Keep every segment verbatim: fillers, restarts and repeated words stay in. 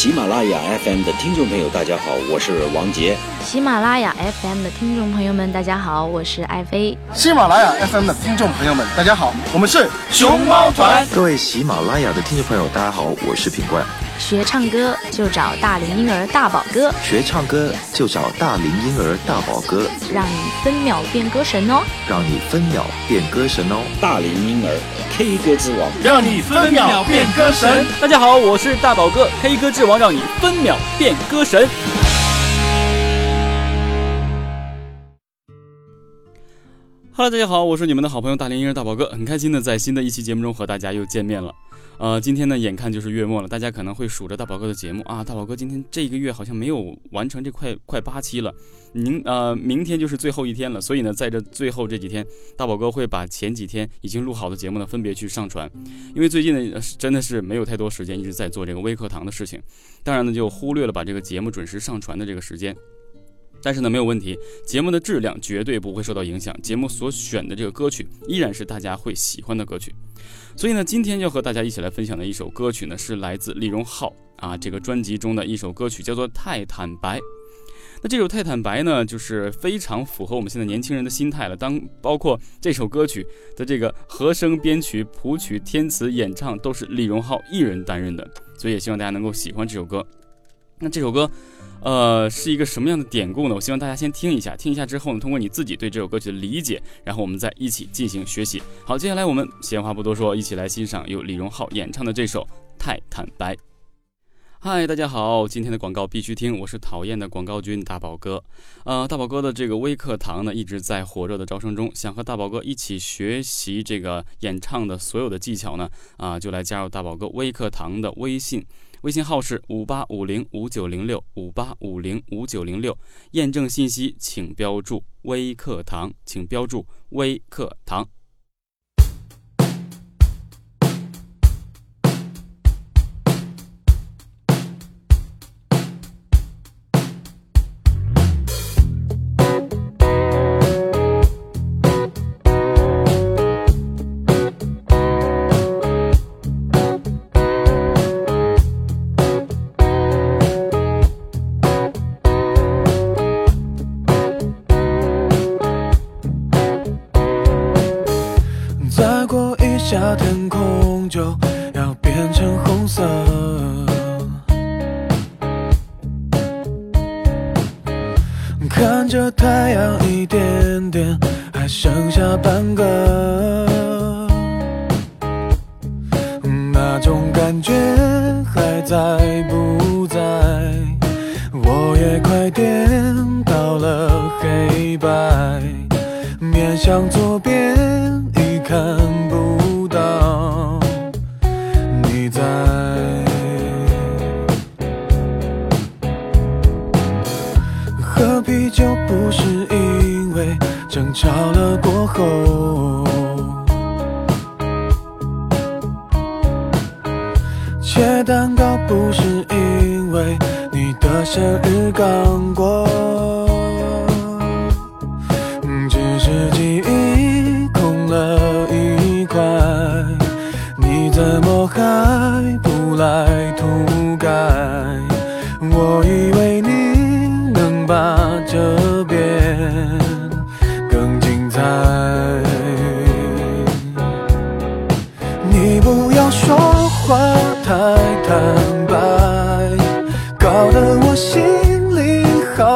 喜马拉雅 F M 的听众朋友大家好，我是王杰。 喜马拉雅 F M 的听众朋友们大家好，我是爱妃。 喜马拉雅 F M 的听众朋友们大家好，我们是熊猫团。 各位喜马拉雅的听众朋友大家好，我是品冠。 学唱歌就找大龄婴儿大宝哥， 学唱歌就找大龄婴儿大宝哥， 让你分秒变歌神哦， 让你分秒变歌神哦。 大龄婴儿 K 歌之王， 让你分秒变歌神。 大家好，我是大宝哥 K 歌之王，让你分秒变歌神。Hello， 大家好，我是你们的好朋友大龄婴儿大宝哥，很开心的在新的一期节目中和大家又见面了。呃，今天呢，眼看就是月末了，大家可能会数着大宝哥的节目啊，大宝哥今天这个月好像没有完成这快快八期了，您呃，明天就是最后一天了，所以呢，在这最后这几天，大宝哥会把前几天已经录好的节目呢分别去上传，因为最近呢真的是没有太多时间一直在做这个微课堂的事情，当然呢就忽略了把这个节目准时上传的这个时间。但是呢，没有问题，节目的质量绝对不会受到影响，节目所选的这个歌曲依然是大家会喜欢的歌曲。所以呢，今天要和大家一起来分享的一首歌曲呢，是来自李荣浩啊这个专辑中的一首歌曲，叫做《太坦白》。那这首《太坦白》呢，就是非常符合我们现在年轻人的心态了。当包括这首歌曲的这个和声、编曲、谱曲、填词、演唱都是李荣浩一人担任的，所以也希望大家能够喜欢这首歌。那这首歌呃，是一个什么样的典故呢？我希望大家先听一下，听一下之后呢，通过你自己对这首歌曲的理解，然后我们再一起进行学习。好，接下来我们闲话不多说，一起来欣赏由李荣浩演唱的这首《太坦白》。嗨，大家好，今天的广告必须听，我是讨厌的广告君大宝哥。呃，大宝哥的这个微课堂呢，一直在火热的招生中，想和大宝哥一起学习这个演唱的所有的技巧呢，啊、呃，就来加入大宝哥微课堂的微信。微信号是五八五零五九零六五八五零五九零六，验证信息请标注微课堂，请标注微课堂。 夏天空就要变成红色，看着太阳一点点还剩下半个，那种感觉还在不在？我也快颠到了黑白，面向左边已看不到你在，喝啤酒不是因为争吵了过后，切蛋糕不是因为你的生日刚过，只是记忆空了一块，你怎么还不来涂改？我以为你能把这边更精彩，你不要说话太坦白，搞得我心里好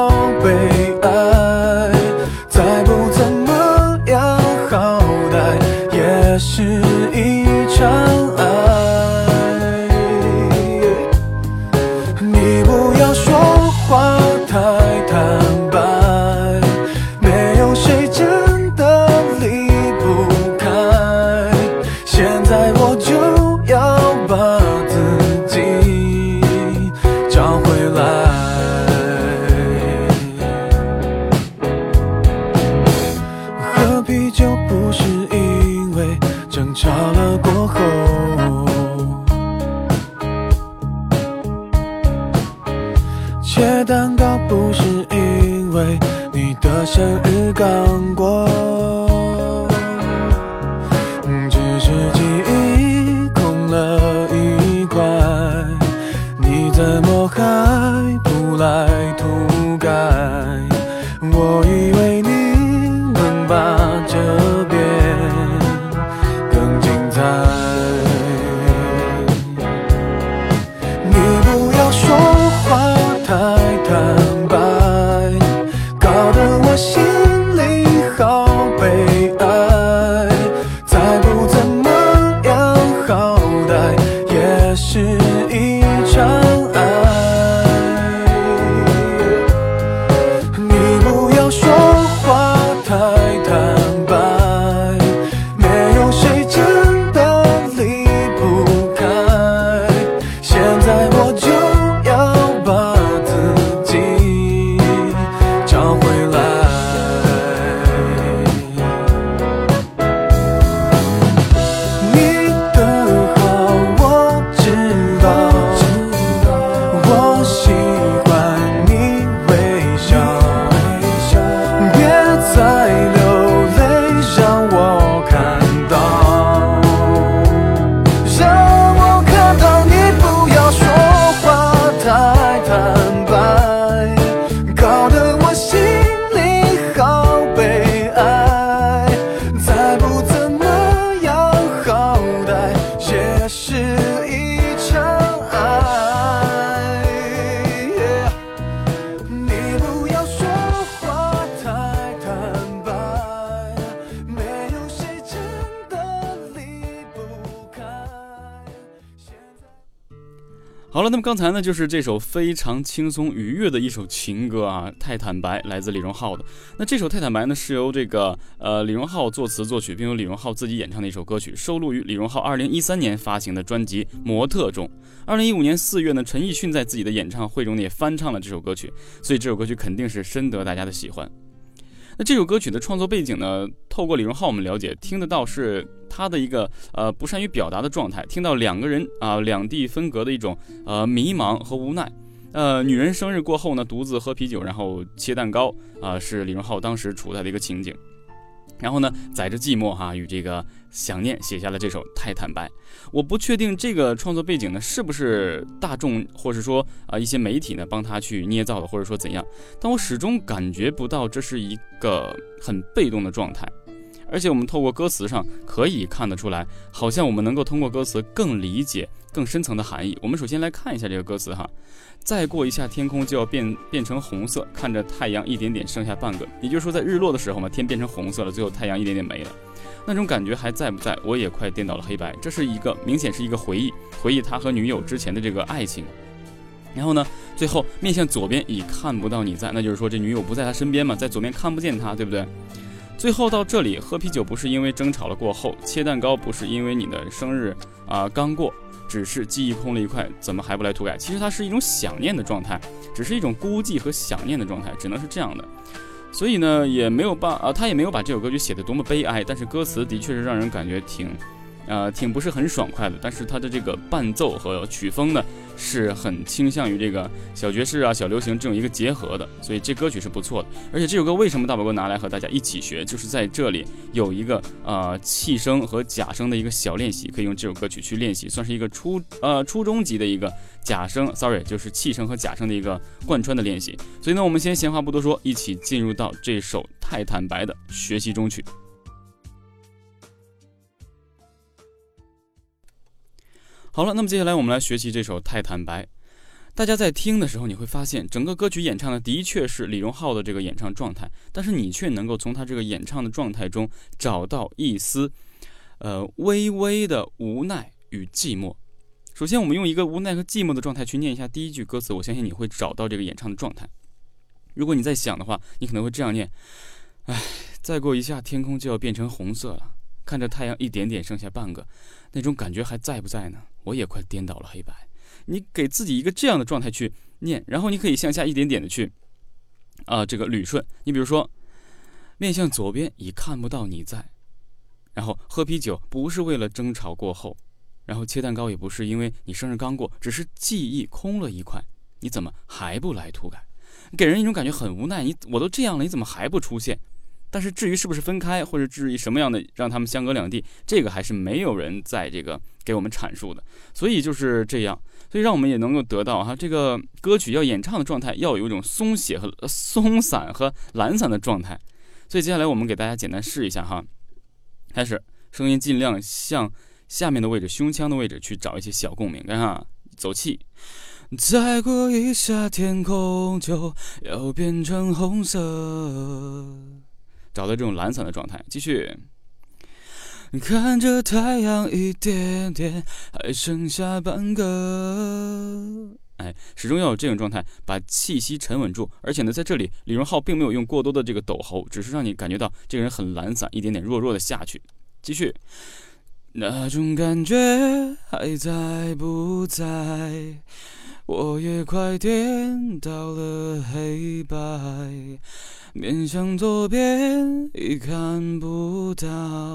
好被爱，再不怎么样好歹也是一场爱。你不要说话太坦白，没有谁真的离不开，现在我就要把自己找回来。你的好我知道，我喜欢你微笑，别再流泪，让我看到，让我看到。你不要说话太坦白，搞得我心里好悲哀，再不怎么样好歹也是一场爱。你不要说话太坦白，没有谁真的离不开。现在好了，那么刚才呢，就是这首非常轻松愉悦的一首情歌啊，《太坦白》来自李荣浩的。那这首《太坦白》呢，是由这个呃李荣浩作词作曲，并由李荣浩自己演唱的一首歌曲，收录于李荣浩二零一三年发行的专辑《模特》中。二零一五年四月呢，陈奕迅在自己的演唱会中也翻唱了这首歌曲，所以这首歌曲肯定是深得大家的喜欢。那这首歌曲的创作背景呢，透过李荣浩我们了解，听得到是他的一个呃不善于表达的状态，听到两个人啊、呃、两地分隔的一种呃迷茫和无奈。呃，女人生日过后呢，独自喝啤酒，然后切蛋糕啊、呃，是李荣浩当时处在的一个情景。然后呢，载着寂寞哈、啊、与这个想念写下了这首《太坦白》。我不确定这个创作背景呢是不是大众或是说啊、呃、一些媒体呢帮他去捏造的，或者说怎样，但我始终感觉不到这是一个很被动的状态。而且我们透过歌词上可以看得出来，好像我们能够通过歌词更理解更深层的含义。我们首先来看一下这个歌词哈，再过一下天空就要变变成红色，看着太阳一点点剩下半个。也就是说在日落的时候嘛，天变成红色了，最后太阳一点点没了，那种感觉还在不在？我也快颠倒了黑白。这是一个明显是一个回忆，回忆他和女友之前的这个爱情。然后呢，最后面向左边已看不到你在，那就是说这女友不在他身边嘛，在左边看不见他，对不对？最后到这里，喝啤酒不是因为争吵了过后，切蛋糕不是因为你的生日啊、呃、刚过，只是记忆空了一块，怎么还不来涂改？其实它是一种想念的状态，只是一种孤寂和想念的状态，只能是这样的。所以呢，也没有把啊、呃，他也没有把这首歌曲写得多么悲哀，但是歌词的确是让人感觉挺。呃，挺不是很爽快的，但是它的这个伴奏和曲风呢，是很倾向于这个小爵士啊、小流行这种一个结合的，所以这歌曲是不错的。而且这首歌为什么大宝哥拿来和大家一起学，就是在这里有一个呃气声和假声的一个小练习，可以用这首歌曲去练习，算是一个初呃初中级的一个假声 ，sorry， 就是气声和假声的一个贯穿的练习。所以呢，我们先闲话不多说，一起进入到这首《太坦白》的学习中去。好了，那么接下来我们来学习这首《太坦白》。大家在听的时候，你会发现整个歌曲演唱的的确是李荣浩的这个演唱状态，但是你却能够从他这个演唱的状态中找到一丝呃微微的无奈与寂寞。首先我们用一个无奈和寂寞的状态去念一下第一句歌词，我相信你会找到这个演唱的状态。如果你在想的话，你可能会这样念：唉，再过一下天空就要变成红色了，看着太阳一点点剩下半个，那种感觉还在不在呢？我也快颠倒了黑白。你给自己一个这样的状态去念，然后你可以向下一点点的去啊、呃、这个捋顺。你比如说，面向左边已看不到你在，然后喝啤酒不是为了争吵过后，然后切蛋糕也不是因为你生日刚过，只是记忆空了一块，你怎么还不来涂改？给人一种感觉很无奈，你我都这样了，你怎么还不出现？但是至于是不是分开，或者至于什么样的让他们相隔两地，这个还是没有人在这个给我们阐述的。所以就是这样，所以让我们也能够得到哈，这个歌曲要演唱的状态要有一种松懈和松散和懒散的状态。所以接下来我们给大家简单试一下哈，开始，声音尽量向下面的位置，胸腔的位置去找一些小共鸣，看哈，走气。再过一下天空就要变成红色。 找到这种懒散的状态。继续。看着太阳一点点，还剩下半个。哎，始终要有这种状态，把气息沉稳住。而且呢，在这里李荣浩并没有用过多的这个抖喉，只是让你感觉到这个人很懒散，一点点弱弱的下去。继续。那种感觉还在不在？我也快颠到了黑白，面向左边已看不到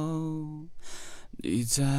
你在。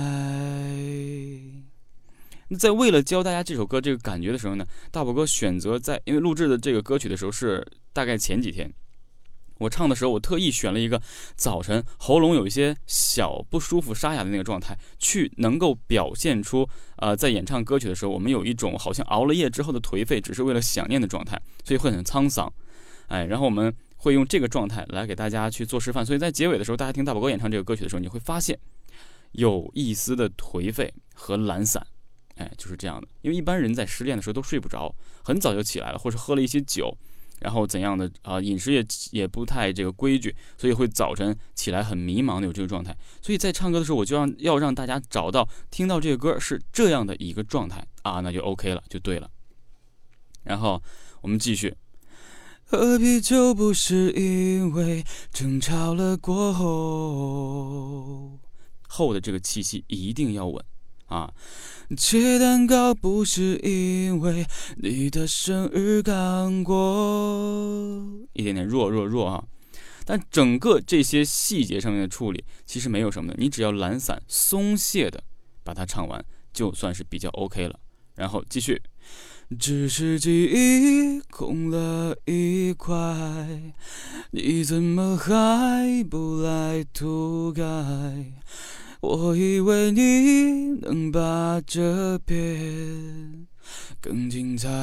在为了教大家这首歌这个感觉的时候呢，大宝哥选择在因为录制的这个歌曲的时候是大概前几天，我唱的时候我特意选了一个早晨喉咙有一些小不舒服沙哑的那个状态，去能够表现出呃在演唱歌曲的时候我们有一种好像熬了夜之后的颓废，只是为了想念的状态，所以会很沧桑。哎，然后我们会用这个状态来给大家去做示范，所以在结尾的时候大家听大宝哥演唱这个歌曲的时候，你会发现有一丝的颓废和懒散。哎，就是这样的。因为一般人在失恋的时候都睡不着，很早就起来了，或是喝了一些酒，然后怎样的啊、呃，饮食也也不太这个规矩，所以会早晨起来很迷茫的有这个状态。所以在唱歌的时候，我就让要让大家找到听到这个歌是这样的一个状态啊，那就 OK 了，就对了。然后我们继续。喝啤酒不是因为争吵了过后，后的这个气息一定要稳。啊，切蛋糕不是因为你的生日刚过，一点点弱弱弱啊！但整个这些细节上面的处理其实没有什么的，你只要懒散松懈的把它唱完，就算是比较 OK 了。然后继续，只是记忆空了一块，你怎么还不来涂改？我以为你能把这边更精彩。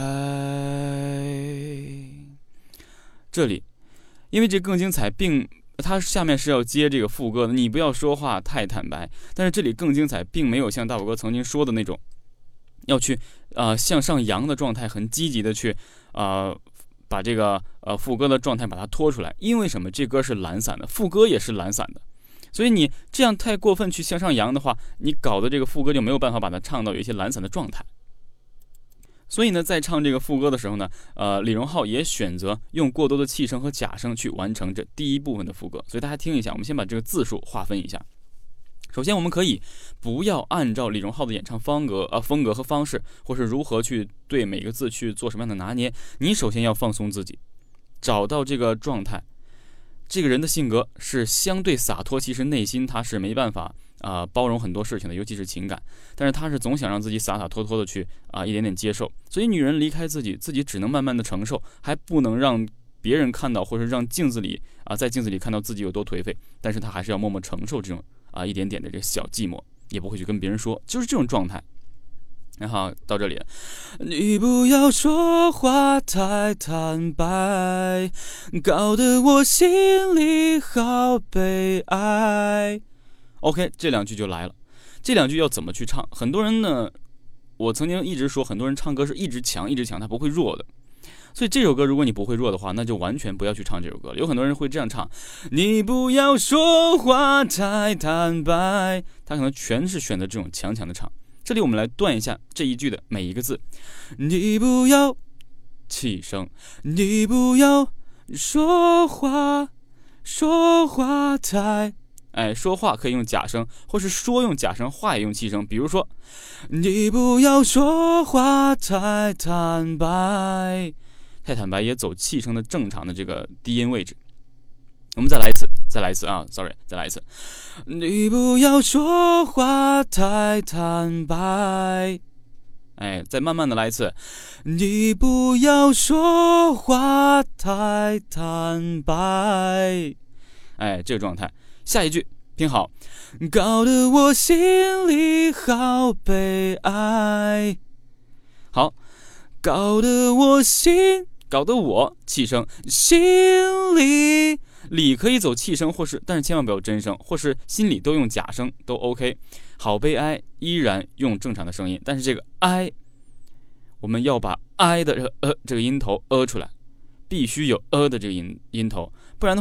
这里，因为这更精彩并它下面是要接这个副歌的，你不要说话太坦白。但是这里更精彩，并没有像大宝哥曾经说的那种，要去啊、呃、向上扬的状态，很积极的去啊、呃、把这个呃副歌的状态把它拖出来。因为什么？这歌是懒散的，副歌也是懒散的。所以你这样太过分去向上扬的话，你搞的这个副歌就没有办法把它唱到有一些懒散的状态。所以呢，在唱这个副歌的时候呢，呃，李荣浩也选择用过多的气声和假声去完成这第一部分的副歌。所以大家听一下，我们先把这个字数划分一下。首先，我们可以不要按照李荣浩的演唱风格、呃风格和方式，或是如何去对每个字去做什么样的拿捏。你首先要放松自己，找到这个状态。这个人的性格是相对洒脱，其实内心他是没办法啊、呃、包容很多事情的，尤其是情感。但是他是总想让自己洒洒脱脱的去啊、呃、一点点接受。所以女人离开自己，自己只能慢慢的承受，还不能让别人看到，或者让镜子里啊、呃、在镜子里看到自己有多颓废。但是他还是要默默承受这种啊、呃、一点点的这个小寂寞，也不会去跟别人说，就是这种状态。然后到这里，你不要说话太坦白，搞得我心里好悲哀。 OK， 这两句就来了。这两句要怎么去唱？很多人呢，我曾经一直说，很多人唱歌是一直强一直强，他不会弱的。所以这首歌如果你不会弱的话，那就完全不要去唱这首歌了。有很多人会这样唱，你不要说话太坦白，他可能全是选择这种强强的唱。这里我们来断一下这一句的每一个字，你不要气声，你不要说话说话太，哎，说话可以用假声，或是说用假声，话也用气声。比如说，你不要说话太坦白，太坦白也走气声的正常的这个低音位置。我们再来一次，再来一次啊 ，sorry， 再来一次。你不要说话太坦白，哎，再慢慢的来一次。你不要说话太坦白，哎，这个状态。下一句听好，搞得我心里好悲哀。好，搞得我心，搞得我气声心里。里可以走气声，或是但是千万不要真声，或是心里都用假声都 OK。好悲哀依然用正常的声音，但是这个哀，我们要把哀的这个呃这个音头呃出来，必须有呃的这个音音头，不然的话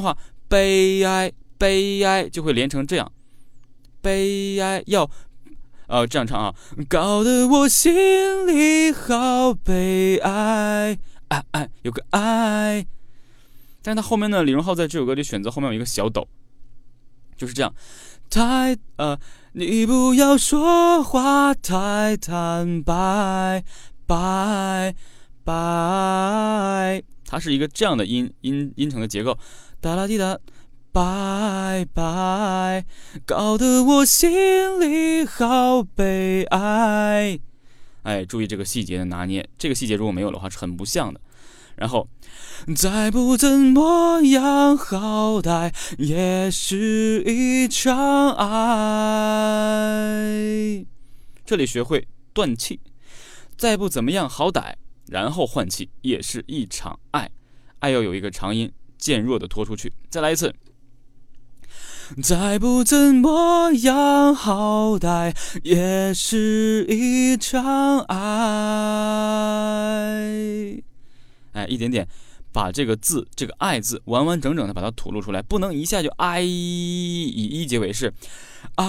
悲哀悲哀就会连成这样，悲哀要呃这样唱啊，搞得我心里好悲哀，哎哎有个爱。但是他后面呢，李荣浩在这首歌里选择后面有一个小抖，就是这样，太呃你不要说话太坦白白白，它是一个这样的音音音程的结构，哒啦滴哒，拜拜，搞得我心里好悲哀。哎，注意这个细节的拿捏，这个细节如果没有的话是很不像的。然后再不怎么样，好歹也是一场爱。这里学会断气，再不怎么样，好歹，然后换气，也是一场爱。爱要有一个长音，渐弱的拖出去。再来一次。再不怎么样，好歹也是一场爱。哎，一点点把这个字，这个爱字完完整整的把它吐露出来，不能一下就哀，以一结尾，是爱，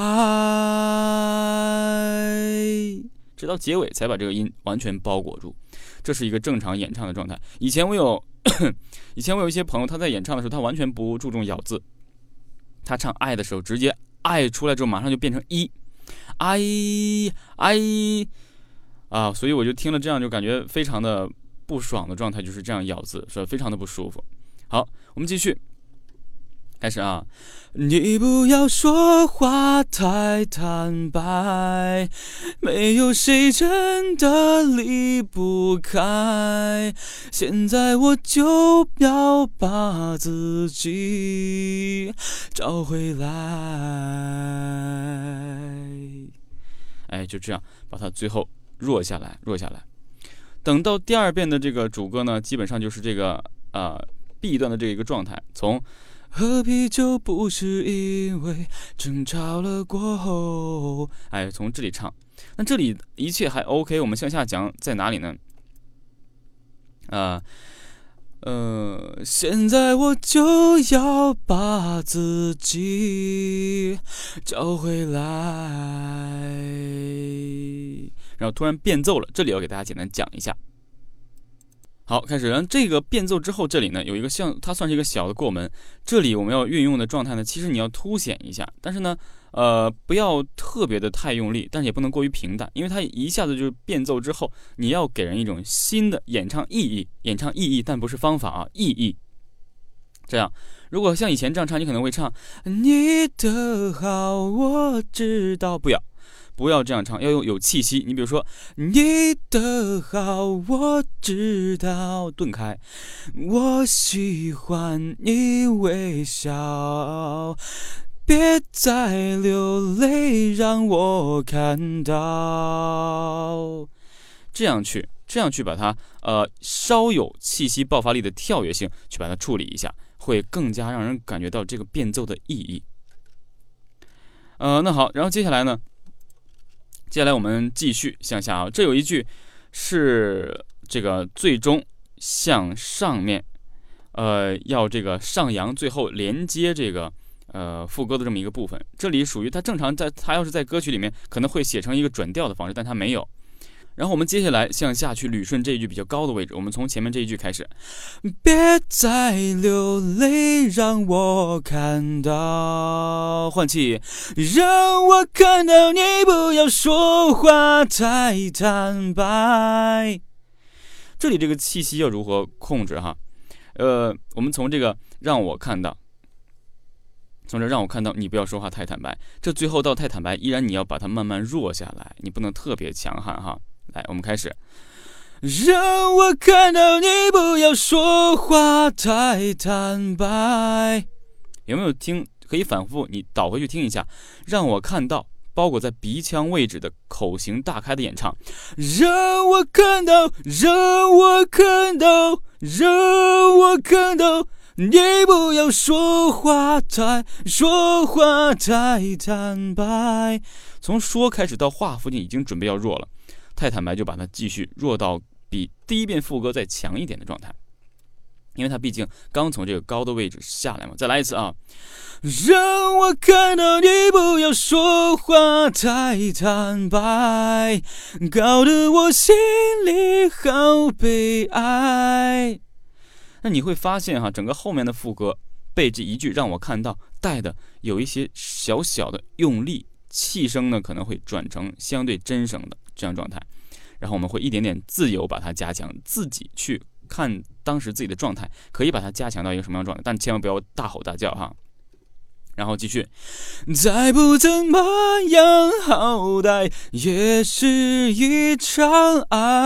直到结尾才把这个音完全包裹住。这是一个正常演唱的状态。以前我有以前我有一些朋友，他在演唱的时候他完全不注重咬字，他唱爱的时候直接爱出来之后马上就变成一爱爱啊，所以我就听了这样就感觉非常的不爽的状态，就是这样咬字，是非常的不舒服。好，我们继续开始啊！你不要说话太坦白，没有谁真的离不开。现在我就要把自己找回来。哎，就这样把它最后弱下来，弱下来。等到第二遍的这个主歌呢，基本上就是这个呃 B 段的这一个状态，从喝啤酒不是因为争吵了过后，哎，从这里唱。那这里一切还 OK， 我们向下讲在哪里呢？啊 呃, 呃，现在我就要把自己找回来。然后突然变奏了，这里要给大家简单讲一下。好，开始。然后这个变奏之后，这里呢有一个像它算是一个小的过门，这里我们要运用的状态呢，其实你要凸显一下，但是呢，呃，不要特别的太用力，但是也不能过于平淡，因为它一下子就是变奏之后，你要给人一种新的演唱意义，演唱意义，但不是方法啊，意义。这样，如果像以前这样唱，你可能会唱你的好我知道，不要。不要这样唱，要用有气息。你比如说，你的好我知道，顿开。我喜欢你微笑，别再流泪，让我看到。这样去，这样去把它呃稍有气息爆发力的跳跃性去把它处理一下，会更加让人感觉到这个变奏的意义。呃，那好，然后接下来呢？接下来我们继续向下啊，这有一句是这个最终向上面，呃，要这个上扬，最后连接这个呃副歌的这么一个部分。这里属于它正常在它要是在歌曲里面可能会写成一个转调的方式，但它没有。然后我们接下来向下去捋顺这一句比较高的位置，我们从前面这一句开始，别再流泪，让我看到，换气，让我看到，你不要说话太坦白。这里这个气息要如何控制哈？呃，我们从这个让我看到，从这让我看到，你不要说话太坦白，这最后到太坦白，依然你要把它慢慢弱下来，你不能特别强悍哈。来，我们开始。让我看到，你不要说话太坦白。有没有听？可以反复你倒回去听一下。让我看到，包裹在鼻腔位置的口型大开的演唱。让我看到，让我看到，让我看到，你不要说话太说话太坦白。从说开始到话附近已经准备要弱了。太坦白就把它继续弱到比第一遍副歌再强一点的状态。 因为他毕竟刚从这个高的位置下来嘛。再来一次啊！让我看到你不要说话太坦白，搞得我心里好悲哀。那你会发现哈，整个后面的副歌被这一句让我看到带的有一些小小的用力，气声呢可能会转成相对真声的这样状态，然后我们会一点点自由把它加强，自己去看当时自己的状态，可以把它加强到一个什么样的状态，但千万不要大吼大叫哈。然后继续，再不怎么样，好歹也是一场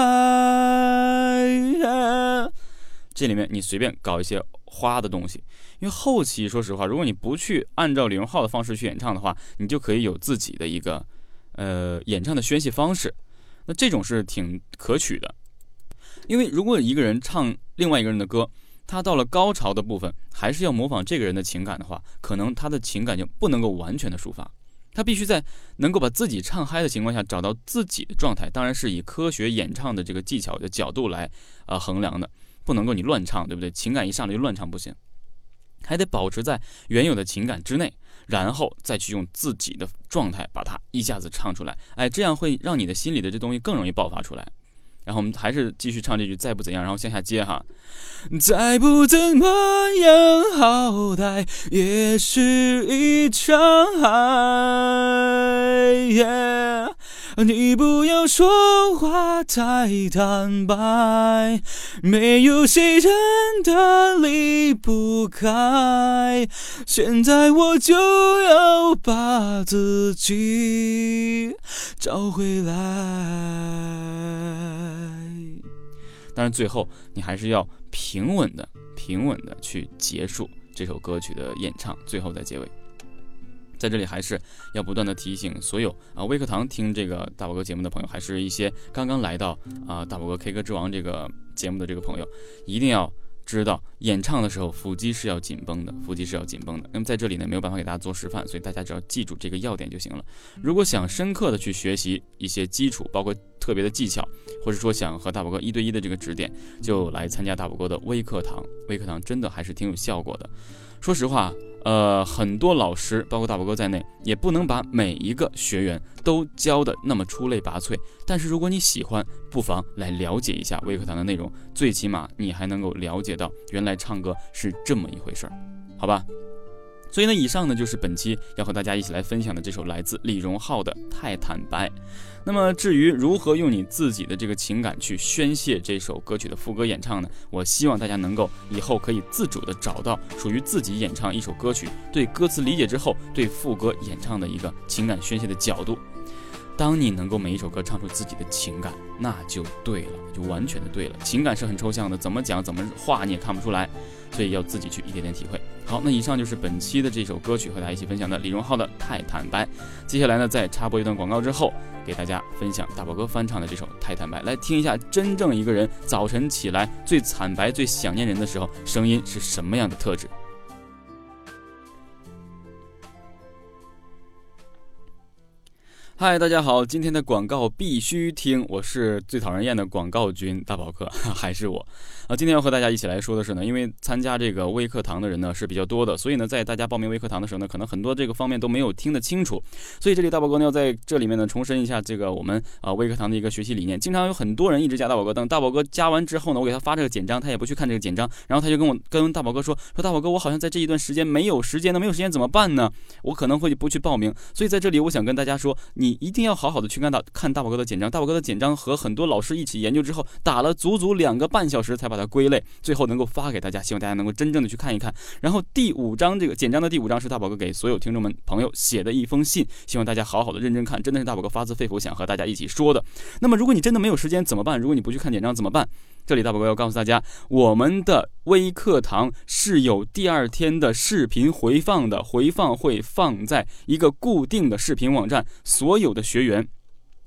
爱。这里面你随便搞一些花的东西，因为后期说实话，如果你不去按照李荣浩的方式去演唱的话，你就可以有自己的一个呃演唱的宣泄方式，那这种是挺可取的。因为如果一个人唱另外一个人的歌，他到了高潮的部分还是要模仿这个人的情感的话，可能他的情感就不能够完全的抒发，他必须在能够把自己唱嗨的情况下找到自己的状态，当然是以科学演唱的这个技巧的角度来呃衡量的，不能够你乱唱，对不对？情感一上来就乱唱不行，还得保持在原有的情感之内，然后再去用自己的状态把它一下子唱出来，哎，这样会让你的心里的这东西更容易爆发出来。然后我们还是继续唱这句再不怎样，然后向下接哈，再不怎么样，好歹也是一场爱、yeah、你不要说话太坦白，没有谁真的离不开，现在我就要把自己找回来。当然最后你还是要平稳的平稳的去结束这首歌曲的演唱，最后在结尾。在这里还是要不断的提醒所有啊微课堂听这个大宝哥节目的朋友，还是一些刚刚来到啊大宝哥 K 歌之王这个节目的这个朋友，一定要知道演唱的时候腹肌是要紧绷的，腹肌是要紧绷的。那么在这里呢没有办法给大家做示范，所以大家只要记住这个要点就行了。如果想深刻的去学习一些基础，包括特别的技巧，或者说想和大宝哥一对一的这个指点，就来参加大宝哥的微课堂。微课堂真的还是挺有效果的。说实话，呃，很多老师，包括大宝哥在内，也不能把每一个学员都教的那么出类拔萃。但是如果你喜欢，不妨来了解一下微课堂的内容，最起码你还能够了解到原来唱歌是这么一回事儿，好吧？所以呢，以上呢就是本期要和大家一起来分享的这首来自李荣浩的《太坦白》。那么至于如何用你自己的这个情感去宣泄这首歌曲的副歌演唱呢，我希望大家能够以后可以自主的找到属于自己演唱一首歌曲，对歌词理解之后，对副歌演唱的一个情感宣泄的角度。当你能够每一首歌唱出自己的情感，那就对了，就完全的对了。情感是很抽象的，怎么讲怎么画你也看不出来，所以要自己去一点点体会。好，那以上就是本期的这首歌曲和大家一起分享的李荣浩的《太坦白》。接下来呢，在插播一段广告之后，给大家分享大宝哥翻唱的这首《太坦白》，来听一下真正一个人早晨起来最惨白、最想念人的时候，声音是什么样的特质。嗨，大家好，今天的广告必须听，我是最讨人厌的广告君大宝哥，还是我啊！今天要和大家一起来说的是呢，因为参加这个微课堂的人呢是比较多的，所以呢，在大家报名微课堂的时候呢，可能很多这个方面都没有听得清楚，所以这里大宝哥呢要在这里面呢重申一下这个我们啊微课堂的一个学习理念。经常有很多人一直加大宝哥，等大宝哥加完之后呢，我给他发这个简章，他也不去看这个简章，然后他就跟我跟大宝哥说说大宝哥，我好像在这一段时间没有时间呢，没有时间怎么办呢？我可能会不去报名，所以在这里我想跟大家说，你一定要好好的去看大看大宝哥的简章，大宝哥的简章和很多老师一起研究之后，打了足足两个半小时才把它归类，最后能够发给大家，希望大家能够真正的去看一看。然后第五章这个简章的第五章是大宝哥给所有听众们朋友写的一封信，希望大家好好的认真看，真的是大宝哥发自肺腑想和大家一起说的。那么如果你真的没有时间怎么办？如果你不去看简章怎么办？这里大宝哥要告诉大家，我们的微课堂是有第二天的视频回放的，回放会放在一个固定的视频网站，所有的学员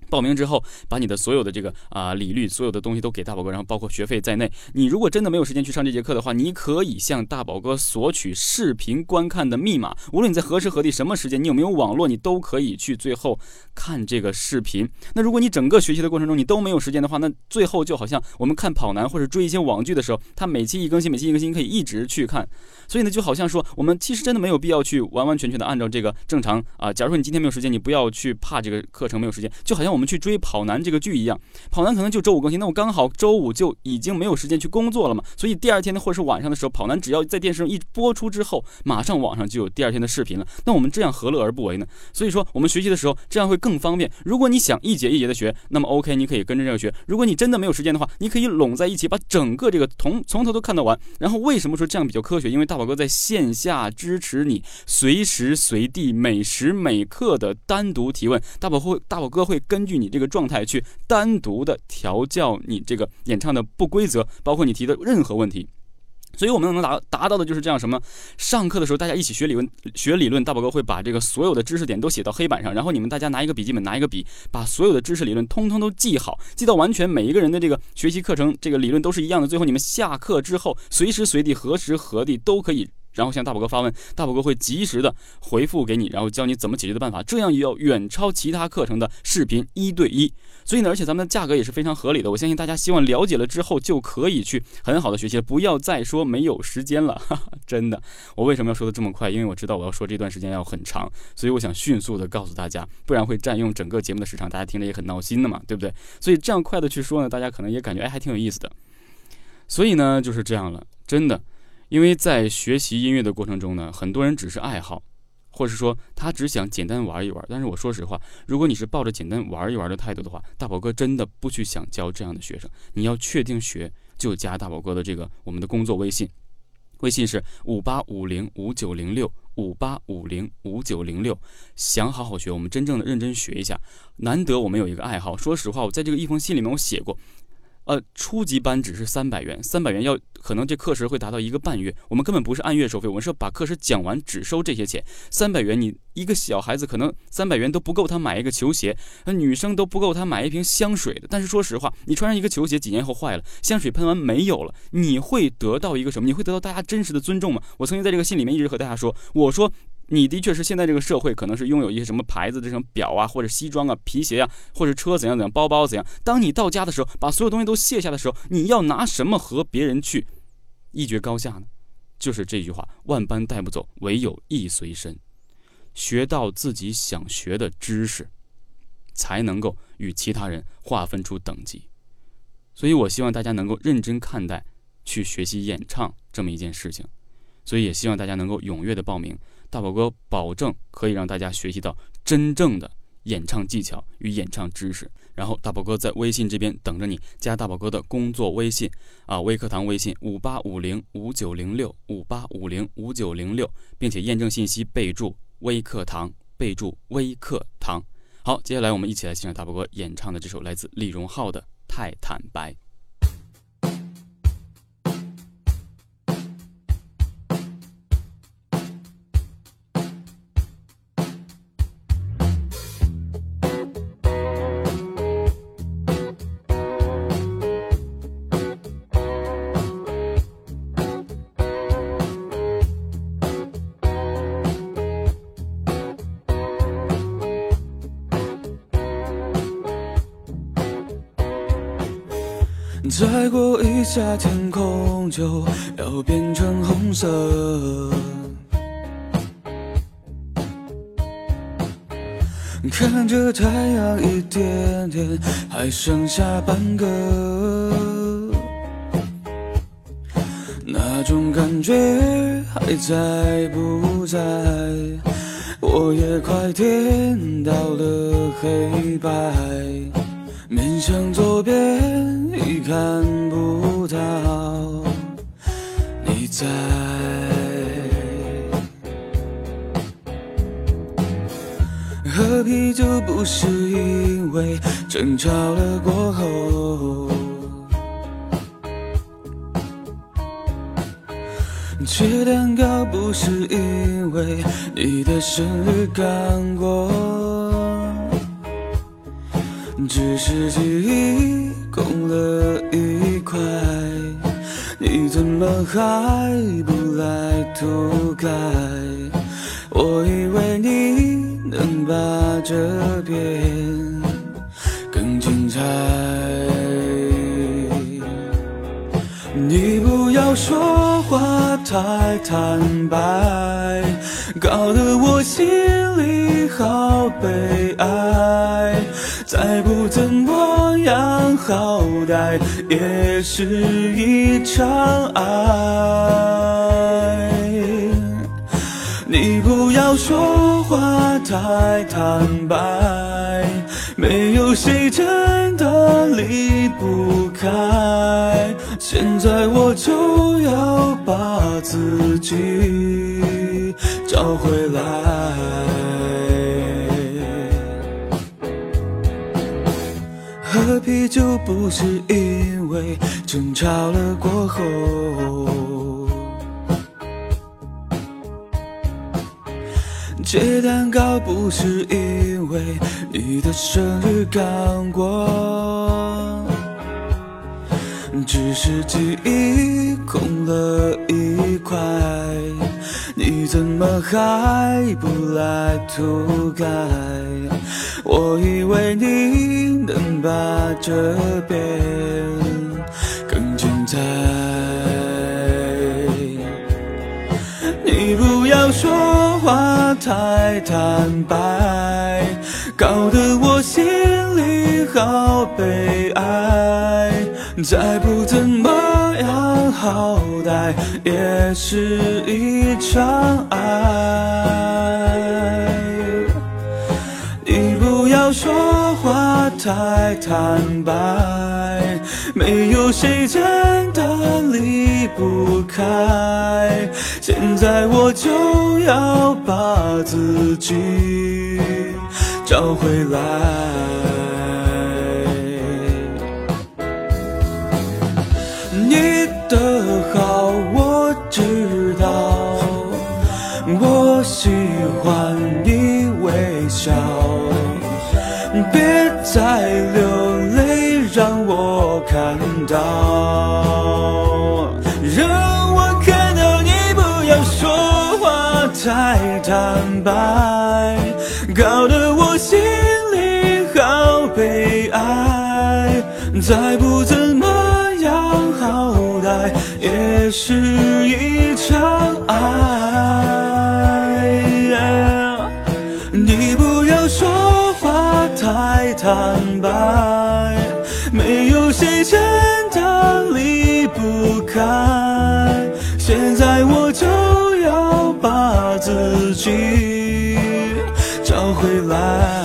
报名之后，把你的所有的这个啊、呃、理律，所有的东西都给大宝哥，然后包括学费在内。你如果真的没有时间去上这节课的话，你可以向大宝哥索取视频观看的密码。无论你在何时何地、什么时间，你有没有网络，你都可以去最后看这个视频。那如果你整个学习的过程中你都没有时间的话，那最后就好像我们看跑男或者追一些网剧的时候，它每期一更新，每期一更新可以一直去看。所以呢，就好像说我们其实真的没有必要去完完全全的按照这个正常啊、呃。假如说你今天没有时间，你不要去怕这个课程没有时间，就好像我们去追跑男这个剧一样，跑男可能就周五更新，那我刚好周五就已经没有时间去工作了嘛，所以第二天呢，或者是晚上的时候，跑男只要在电视上一播出之后，马上网上就有第二天的视频了。那我们这样何乐而不为呢？所以说我们学习的时候这样会更方便。如果你想一节一节的学，那么 OK， 你可以跟着这样学。如果你真的没有时间的话，你可以拢在一起，把整个这个从从头都看到完。然后为什么说这样比较科学？因为大宝哥在线下支持你随时随地每时每刻的单独提问，大宝会大宝哥会根据你这个状态去单独的调教你这个演唱的不规则，包括你提的任何问题。所以我们能达达到的就是这样什么？上课的时候大家一起学理论，学理论，大宝哥会把这个所有的知识点都写到黑板上，然后你们大家拿一个笔记本，拿一个笔，把所有的知识理论通通都记好，记到完全每一个人的这个学习课程这个理论都是一样的。最后你们下课之后，随时随地、何时何地都可以。然后向大宝哥发问，大宝哥会及时的回复给你，然后教你怎么解决的办法，这样也要远超其他课程的视频一对一。所以呢，而且咱们的价格也是非常合理的。我相信大家希望了解了之后就可以去很好的学习了，不要再说没有时间了。哈哈，真的，我为什么要说的这么快？因为我知道我要说这段时间要很长，所以我想迅速的告诉大家，不然会占用整个节目的时长，大家听着也很闹心的嘛，对不对？所以这样快的去说呢，大家可能也感觉哎还挺有意思的。所以呢，就是这样了，真的。因为在学习音乐的过程中呢，很多人只是爱好，或者是说他只想简单玩一玩。但是我说实话，如果你是抱着简单玩一玩的态度的话，大宝哥真的不去想教这样的学生。你要确定学，就加大宝哥的这个我们的工作微信，微信是五八五零五九零六五八五零五九零六。想好好学，我们真正的认真学一下。难得我们有一个爱好，说实话，我在这个一封信里面我写过。呃，初级班只是三百元，三百元要可能这课时会达到一个半月，我们根本不是按月收费，我们是要把课时讲完，只收这些钱。三百元，你一个小孩子可能三百元都不够他买一个球鞋，那女生都不够他买一瓶香水的。但是说实话，你穿上一个球鞋，几年后坏了，香水喷完没有了，你会得到一个什么？你会得到大家真实的尊重吗？我曾经在这个信里面一直和大家说，我说。你的确是现在这个社会可能是拥有一些什么牌子的这种表啊，或者西装啊、皮鞋啊，或者车怎样怎样，包包怎样。当你到家的时候，把所有东西都卸下的时候，你要拿什么和别人去一决高下呢？就是这句话：万般带不走，唯有艺随身。学到自己想学的知识，才能够与其他人划分出等级。所以我希望大家能够认真看待去学习演唱这么一件事情。所以也希望大家能够踊跃的报名。大宝哥保证可以让大家学习到真正的演唱技巧与演唱知识。然后大宝哥在微信这边等着你，加大宝哥的工作微信啊，微课堂微信五八五零五九零六五八五零五九零六，并且验证信息备注微课堂，备注微课堂。好，接下来我们一起来欣赏大宝哥演唱的这首来自李荣浩的《太坦白》。 再过一下天空就要变成红色，看着太阳一点点还剩下半个，那种感觉还在不在？我也快颠到了黑白，面向左边已看不到你在，喝啤酒不是因为争吵了过后，切蛋糕不是因为你的生日刚过， 只是记忆空了一块，你怎么还不来涂改？我以为你能把这边更精彩，你不要说话太坦白，搞得我心里好悲哀。再不怎么样，好歹也是一场爱。你不要说话太坦白，没有谁真的离不开。现在我就要把自己找回来。喝啤酒不是因为争吵了过后，切蛋糕不是因为你的生日刚过，只是记忆空了一块，你怎么还不来涂改？我以为你能把这边更精彩，你不要说话太坦白，搞得我心里好悲哀。再不怎么样，好歹也是一场爱。你不要说话太坦白，没有谁真的离不开。现在我就要把自己找回来。你的好我知道，我喜欢你微笑，别再流泪让我看到，让我看到你不要说话太坦白，搞得我心里好悲哀。再不怎么样，好歹也是一场爱。你不要说话太坦白，没有谁真的离不开。现在我就要把自己找回来。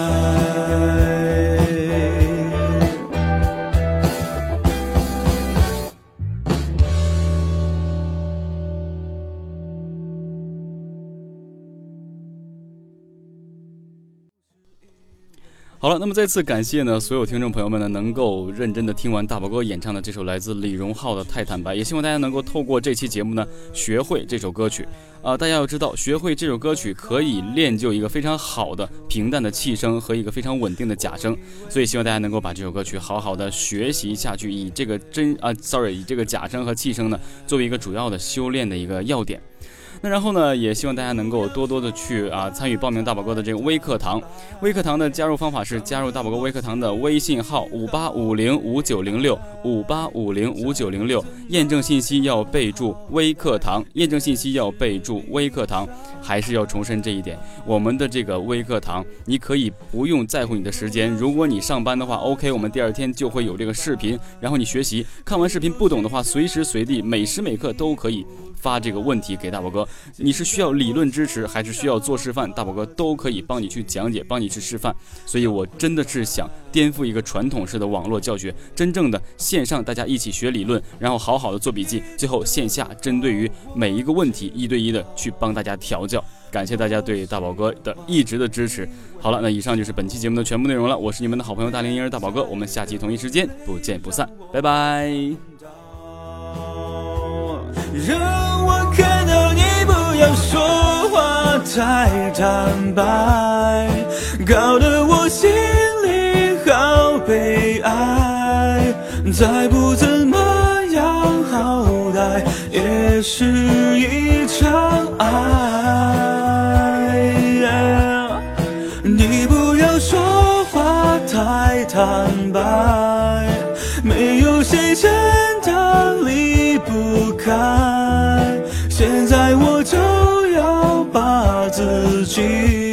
好了，那么再次感谢呢所有听众朋友们呢能够认真的听完大宝哥演唱的这首来自李荣浩的《太坦白》，也希望大家能够透过这期节目呢学会这首歌曲啊、呃！大家要知道，学会这首歌曲可以练就一个非常好的平淡的气声和一个非常稳定的假声，所以希望大家能够把这首歌曲好好的学习下去，以这个真啊 sorry 以这个假声和气声呢作为一个主要的修炼的一个要点。那然后呢，也希望大家能够多多的去啊参与报名大宝哥的这个微课堂。微课堂的加入方法是加入大宝哥微课堂的微信号五八五零五九零六五八五零五九零六，验证信息要备注微课堂，验证信息要备注微课堂。还是要重申这一点，我们的这个微课堂，你可以不用在乎你的时间，如果你上班的话 OK， 我们第二天就会有这个视频，然后你学习，看完视频不懂的话，随时随地每时每刻都可以发这个问题给大宝哥。你是需要理论支持还是需要做示范，大宝哥都可以帮你去讲解，帮你去示范。所以我真的是想颠覆一个传统式的网络教学，真正的线上大家一起学理论，然后好好的做笔记，最后线下针对于每一个问题一对一的去帮大家调教。感谢大家对大宝哥的一直的支持。好了，那以上就是本期节目的全部内容了，我是你们的好朋友大龄婴儿大宝哥，我们下期同一时间不见不散，拜拜。 让我看到你不要说话太坦白，搞得我心里好悲再不怎么样好歹也是一场爱。你不要说话太坦白，没有谁真的离不开，现在我就要把自己